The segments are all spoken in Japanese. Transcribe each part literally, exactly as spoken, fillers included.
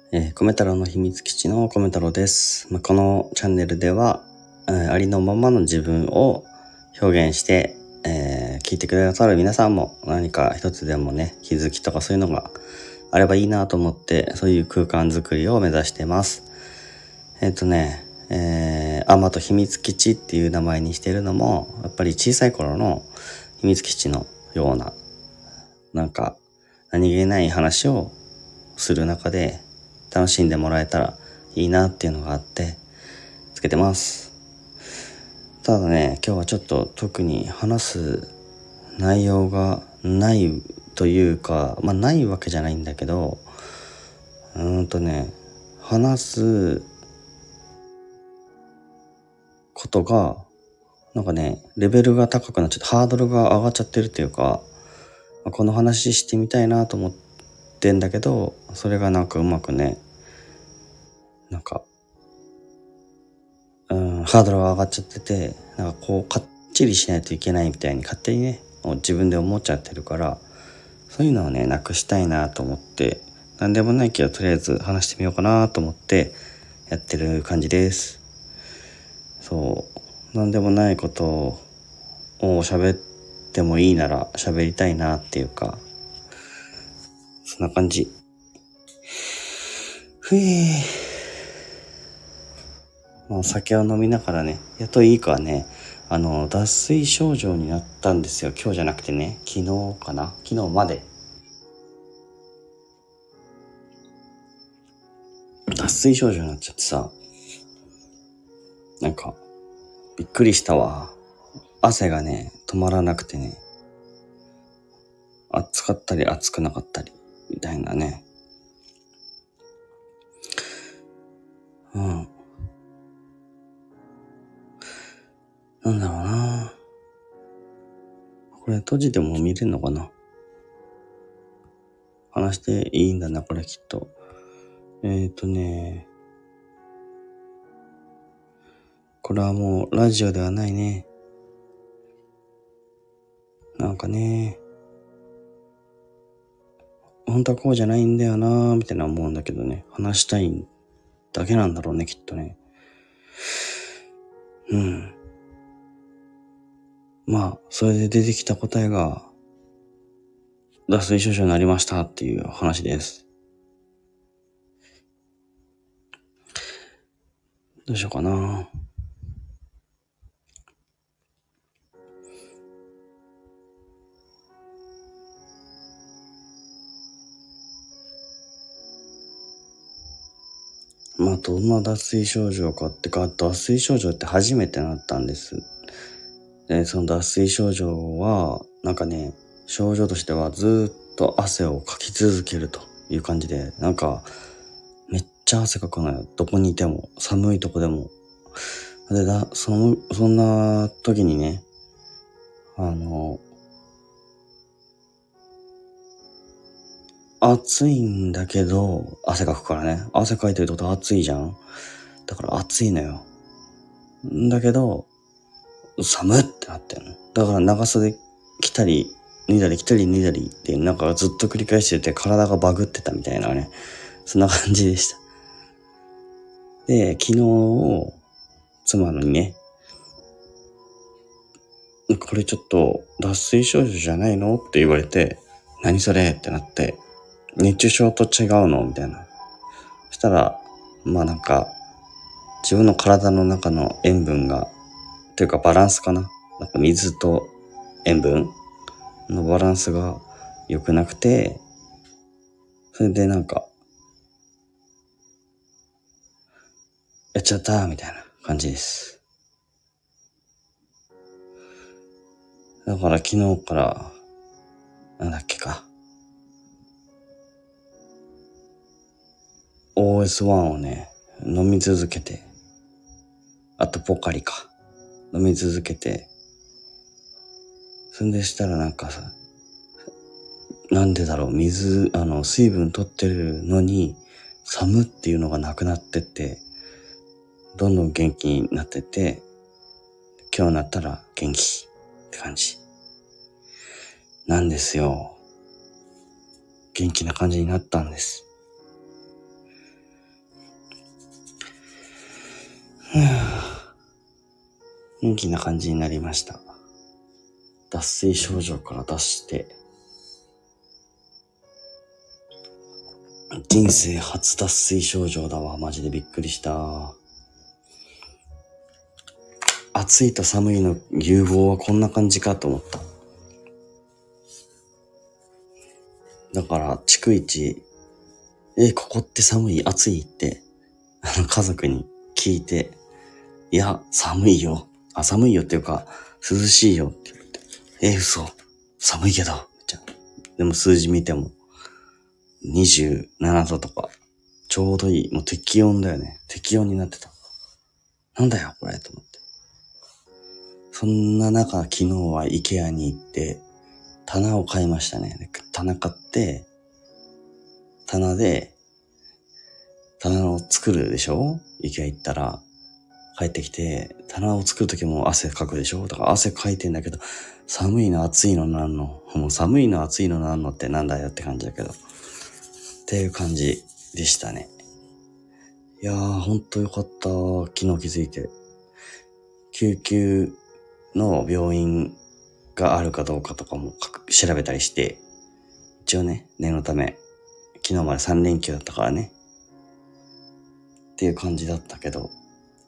えー、米太郎の秘密基地の米太郎です。まあ、このチャンネルでは、えーありのままの自分を表現して、えー聞いてくださる皆さんも何か一つでもね、気づきとかそういうのがあればいいなと思って、そういう空間づくりを目指してます。えっ、とね、えー、アマと秘密基地っていう名前にしてるのも、やっぱり小さい頃の秘密基地のような、なんか、何気ない話をする中で楽しんでもらえたらいいなっていうのがあってつけてます。ただね、今日はちょっと特に話す内容がないというか、まあないわけじゃないんだけど、うーんとね、話すことがなんかね、レベルが高くなっちゃって、ハードルが上がっちゃってるっていうか、まあこの話してみたいなと思ってんだけど、それがなんかうまくね、なんかうん、ハードルが上がっちゃってて、なんかこうかっちりしないといけないみたいに勝手にね、もう自分で思っちゃってるから、そういうのをね、なくしたいなと思って、なんでもないけどとりあえず話してみようかなと思ってやってる感じです。そう、なんでもないことを喋ってもいいなら喋りたいなっていうか、そんな感じ。ふえー。もう酒を飲みながらね、やっといいかね、あの、脱水症状になったんですよ。今日じゃなくてね、昨日かな昨日まで。脱水症状になっちゃってさ、なんか、びっくりしたわ。汗がね、止まらなくてね、暑かったり暑くなかったり、みたいなね。うん。なんだろうな。これ閉じても見れるのかな。話していいんだな、これきっと。えーとね、これはもうラジオではないね。なんかね、本当はこうじゃないんだよなみたいな思うんだけどね。話したいだけなんだろうね、きっとね。うん。まあ、それで出てきた答えが、脱水症状になりましたっていう話です。どうしようかな。まあ、どんな脱水症状かってか、脱水症状って初めてなったんです。で、その脱水症状は、なんかね、症状としてはずーっと汗をかき続けるという感じで、なんか、めっちゃ汗かくのよ。どこにいても、寒いとこでも。で、だ、その、そんな時にね、あの、暑いんだけど、汗かくからね。汗かいてるってことは暑いじゃん。だから暑いのよ。んだけど、寒ってなってんの。だから長袖着たり、脱いだり着たり脱いだりってなんかずっと繰り返してて体がバグってたみたいなね。そんな感じでした。で、昨日、妻のにね、これちょっと脱水症状じゃないのって言われて、何それってなって、熱中症と違うのみたいな。そしたら、まあなんか、自分の体の中の塩分が、というかバランスかな。なんか水と塩分のバランスが良くなくて、それでなんか、やっちゃったみたいな感じです。だから昨日から、なんだっけか、オーエスワン をね、飲み続けて、あとポカリか、飲み続けて、そんでしたらなんかさ、なんでだろう、水、あの、水分取ってるのに、寒っていうのがなくなってって、どんどん元気になってって、今日になったら元気って感じ。なんですよ。元気な感じになったんです。 元気な感じになりました。脱水症状から脱して、人生初脱水症状だわ。マジでびっくりした。暑いと寒いの融合はこんな感じかと思った。だから逐一、え、ここって寒い暑いって、あの家族に聞いて、いや、寒いよ。あ、寒いよっていうか、涼しいよって言って、え、嘘。寒いけど。でも数字見ても、にじゅうななどとか、ちょうどいい。もう適温だよね。適温になってた。なんだよ、これ、と思って。そんな中、昨日は IKEA に行って、棚を買いましたね。棚買って、棚で、棚を作るでしょ？ IKEA 行ったら、帰ってきて、棚を作るときも汗かくでしょ？だから汗かいてんだけど、寒いの暑いのなんの？もう寒いの暑いのなんのってなんだよって感じだけど。っていう感じでしたね。いやー、ほんとよかった。昨日気づいて。救急の病院があるかどうかとかも調べたりして、一応ね、念のため、昨日までさん連休だったからね。っていう感じだったけど、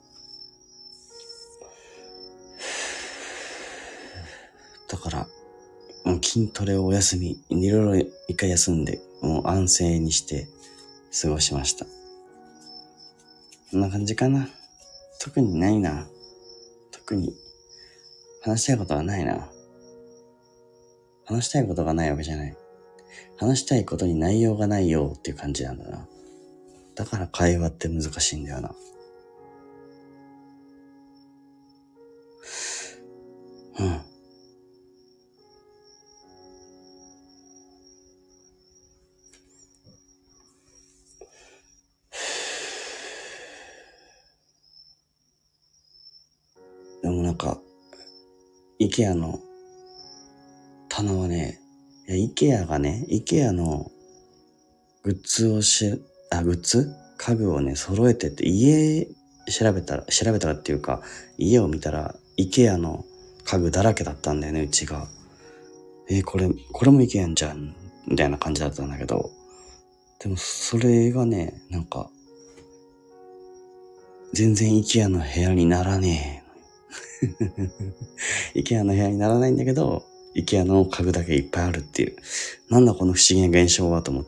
だから、もう筋トレをお休み、いろいろ一回休んで、もう安静にして過ごしました。こんな感じかな。特にないな。特に話したいことはないな。話したいことがないわけじゃない。話したいことに内容がないよっていう感じなんだな。だから会話って難しいんだよな。うん。でもなんか、IKEA の棚はね、いや IKEA がね、IKEA のグッズをし、あ、グッズ家具をね、揃えてて、家調べたら、調べたらっていうか、家を見たら、IKEA の家具だらけだったんだよね、うちが。えーこれ、これも IKEA じゃん、みたいな感じだったんだけど、でもそれがね、なんか、全然 IKEA の部屋にならねえ。IKEA の部屋にならないんだけど、IKEA の家具だけいっぱいあるっていう。なんだこの不思議な現象はと思って。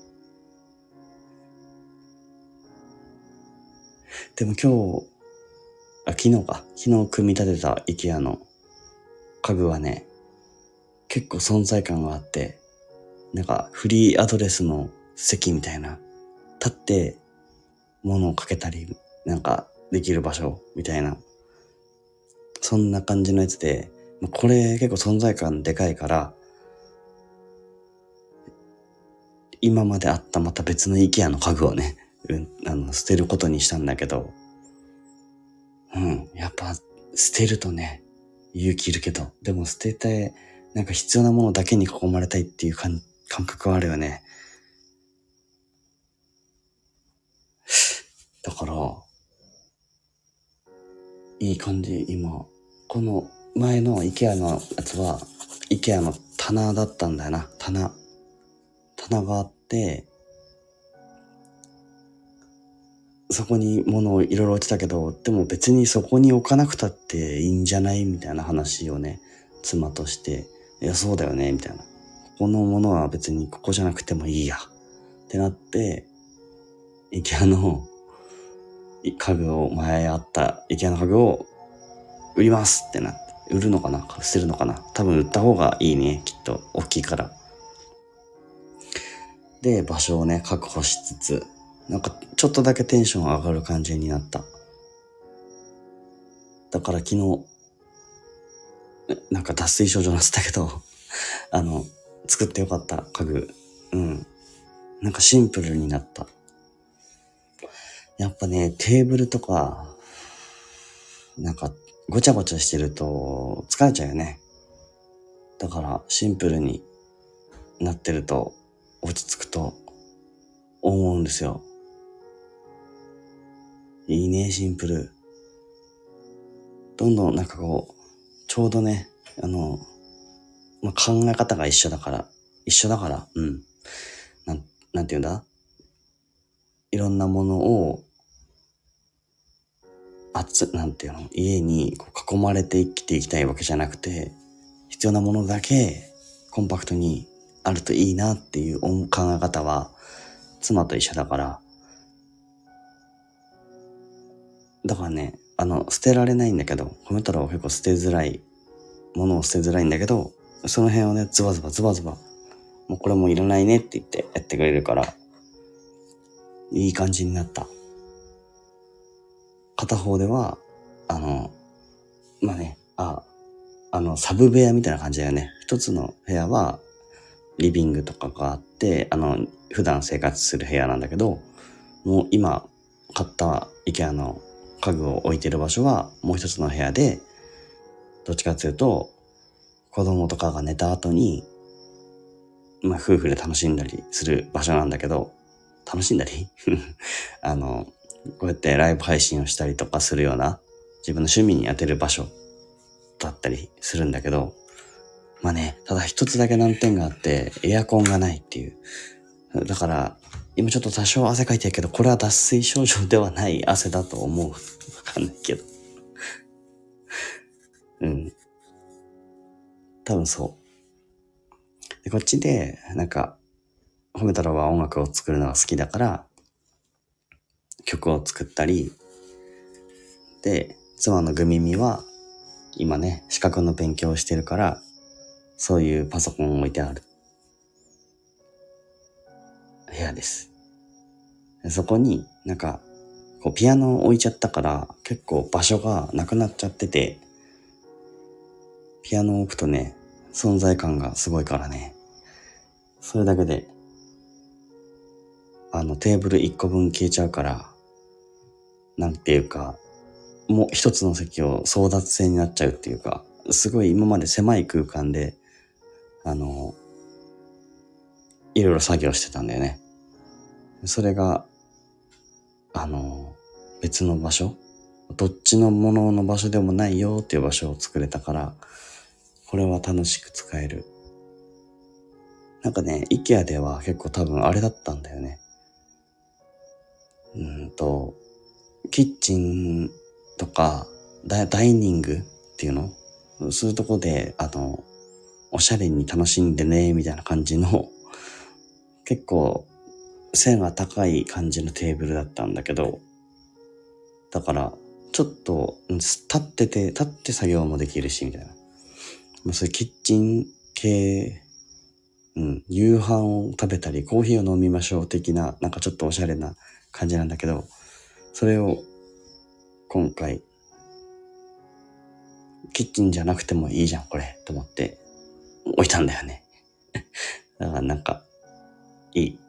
でも今日、あ、昨日か。昨日組み立てた IKEA の家具はね、結構存在感があって、なんかフリーアドレスの席みたいな、立って物をかけたり、なんかできる場所みたいな、そんな感じのやつで、これ結構存在感でかいから、今まであったまた別の IKEA の家具をね、うん、あの、捨てることにしたんだけど、うん、やっぱ捨てるとね、勇気いるけど、でも捨てて、なんか必要なものだけに囲まれたいっていう感感覚はあるよね。だから、いい感じ、今。この前の IKEA のやつは、IKEA の棚だったんだよな。棚。棚があって、そこに物をいろいろ置いてたけど、でも別にそこに置かなくたっていいんじゃないみたいな話をね、妻として、いや、そうだよね、みたいな。ここのものは別にここじゃなくてもいいや。ってなって、IKEA の家具を、前あった IKEA の家具を売りますってなって。売るのかな捨てるのかな多分売った方がいいね、きっと。大きいから。で、場所をね、確保しつつ、なんかちょっとだけテンション上がる感じになった。だから昨日、なんか脱水症状になってたけど、あの、作ってよかった家具。うん。なんかシンプルになった。やっぱね、テーブルとか、なんかごちゃごちゃしてると疲れちゃうよね。だからシンプルになってると落ち着くと思うんですよ。 いいね、シンプル。どんどんなんかこう、ちょうどね、あの、まあ、考え方が一緒だから、一緒だから、うん。なん、なんていうんだいろんなものを、あつ、なんていうの家にこう囲まれて生きていきたいわけじゃなくて、必要なものだけコンパクトにあるといいなっていう考え方は、妻と一緒だから、だからね、あの、捨てられないんだけど、米太郎は結構捨てづらい、ものを捨てづらいんだけど、その辺をね、ズバズバズバズバ、もうこれもういらないねって言ってやってくれるから、いい感じになった。片方では、あの、まあね、あ、あの、サブ部屋みたいな感じだよね。一つの部屋は、リビングとかがあって、あの、普段生活する部屋なんだけど、もう今、買った IKEA の家具を置いてる場所は、もう一つの部屋で、どっちかというと、子供とかが寝た後に、まあ、夫婦で楽しんだりする場所なんだけど、楽しんだりあの、こうやってライブ配信をしたりとかするような、自分の趣味に当てる場所だったりするんだけど、まあね、ただ一つだけ難点があって、エアコンがないっていう。だから、今ちょっと多少汗かいてるけど、これは脱水症状ではない汗だと思う。わかんないけど。うん。多分そう。で、こっちで、なんか、褒めたらは音楽を作るのが好きだから、曲を作ったり、で、妻のグミミは、今ね、資格の勉強をしてるから、そういうパソコンを置いてある部屋です。でそこになんか、こうピアノを置いちゃったから、結構場所がなくなっちゃってて、ピアノを置くとね、存在感がすごいからね。それだけで、あのテーブルいっこぶん消えちゃうから、なんていうか、もう一つの席を争奪戦になっちゃうっていうか、すごい今まで狭い空間で、あの、いろいろ作業してたんだよね。それが、あの、別の場所どっちのものの場所でもないよっていう場所を作れたから、これは楽しく使える。なんかね、IKEA では結構多分あれだったんだよね。うーんと、キッチンとかダ、ダイニングっていうのそういうとこで、あの、おしゃれに楽しんでね、みたいな感じの、結構背が高い感じのテーブルだったんだけど、だから、ちょっと、立ってて、立って作業もできるし、みたいな。まあ、そういうキッチン系、うん、夕飯を食べたり、コーヒーを飲みましょう的な、なんかちょっとおしゃれな感じなんだけど、それを今回、キッチンじゃなくてもいいじゃん、これ、と思って置いたんだよね。だからなんか、いい。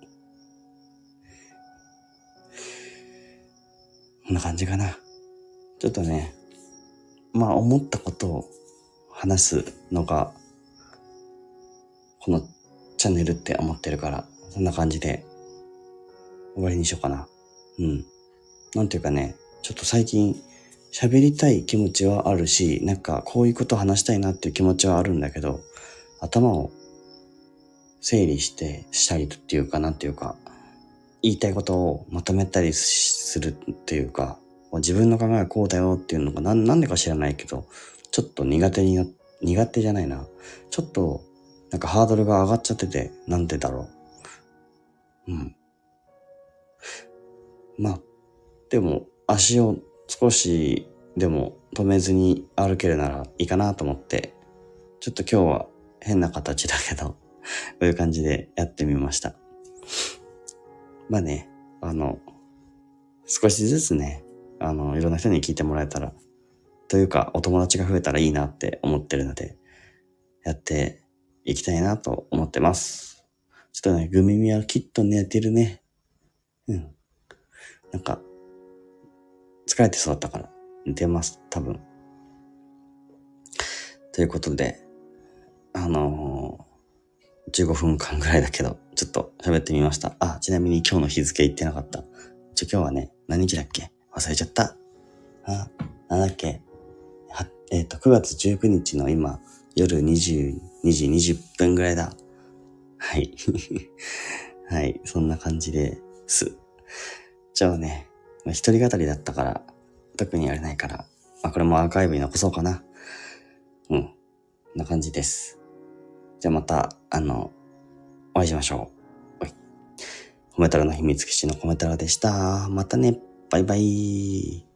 こんな感じかな。ちょっとね、まあ思ったことを話すのが、このチャンネルって思ってるから、そんな感じで終わりにしようかな。うん。なんていうかね、ちょっと最近喋りたい気持ちはあるし、なんかこういうこと話したいなっていう気持ちはあるんだけど、頭を整理してしたりっていうかなんていうか、言いたいことをまとめたりするっていうか、自分の考えはこうだよっていうのがななんでか知らないけど、ちょっと苦手にな、苦手じゃないな。ちょっとなんかハードルが上がっちゃってて、なんでだろう。うん。まあ、でも足を少しでも止めずに歩けるならいいかなと思って、ちょっと今日は変な形だけど、こういう感じでやってみました。まあね、あの、少しずつね、あの、いろんな人に聞いてもらえたら、というかお友達が増えたらいいなって思ってるので、やっていきたいなと思ってます。ちょっとね、グミミはきっと寝てるね。うん。なんか、疲れてそうだったから、寝てます、多分。ということで、あのー、じゅうごふんかんぐらいだけど、ちょっと喋ってみました。あ、ちなみに今日の日付言ってなかった。ちょ、今日はね、何日だっけ忘れちゃった。あ、なんだっけ。はえっ、と、くがつじゅうくにちの今、夜にじゅうにじにじゅっぷんぐらいだ。はい。はい。そんな感じです。じゃあね、まあ、一人語りだったから、特にやれないから、まあ、これもアーカイブに残そうかな。うん。こんな感じです。じゃあまた、あの、お会いしましょう。はい。コメ太郎の秘密基地のコメ太郎でした。またね。バイバイ。